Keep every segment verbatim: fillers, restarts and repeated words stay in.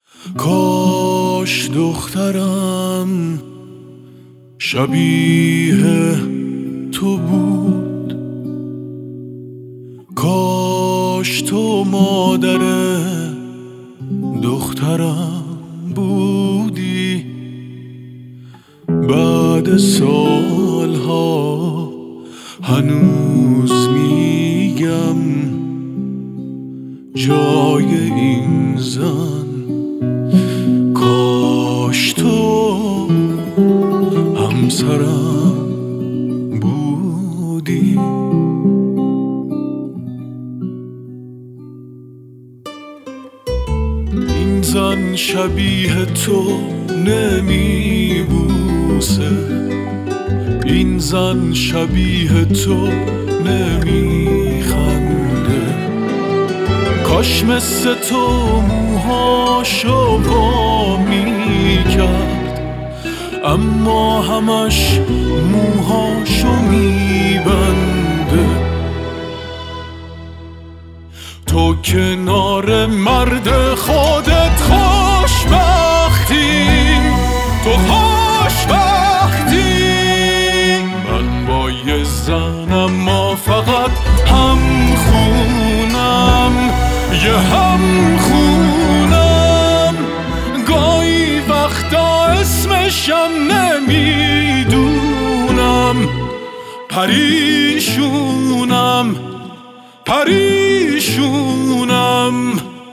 کاش دخترم شبیه تو بود، کاش تو مادر دخترم بودی. بعد سالها هنوز میگم جای این زن کاش تو همسرم بودی. این زن شبیه تو نمیبوسه، این زن شبیه تو نمیخنده، کاش مثل تو موهاشو وا میکرد، اما همش موهاشو میبنده. تو کنار مرد خودت خوشبختی، تو خوشبختی. من با یه زن اما فقط هم خونم، یه هم خونم. گاهی وقتا اسمشم نمیدونم، پریشونم پریشونم.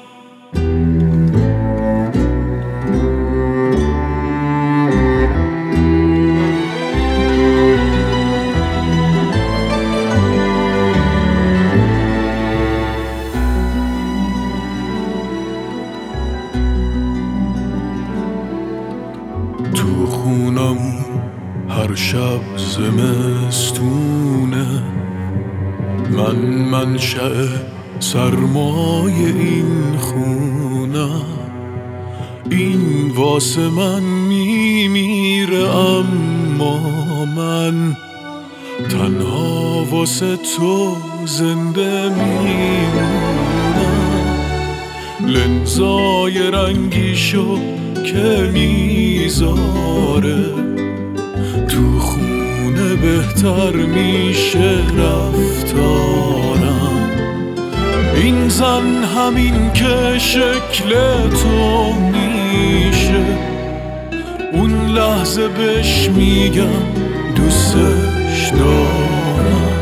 تو خونم هر شب زمستونه، من منشأ سرمای این خونم. این واسه من میمیره اما من تنها واسه تو زنده میمونم. لنزای رنگیشو که میذاره تو خونه بهتر میشه رفتارم. این زن همین که شکل تو میشه، اون لحظه بهش میگم دوستش دارم.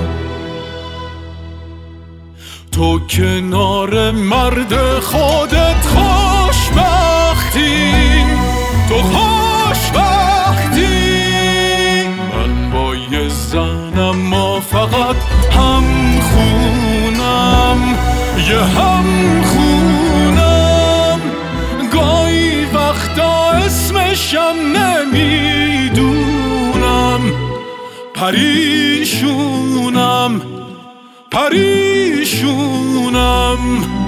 تو کنار مرد خودت خوشبختی، تو خوشبختی. من با یه زن اما فقط هم خونم، یه هم خونم. گاهی وقتا اسمشم نمیدونم، پریشونم پریشونم.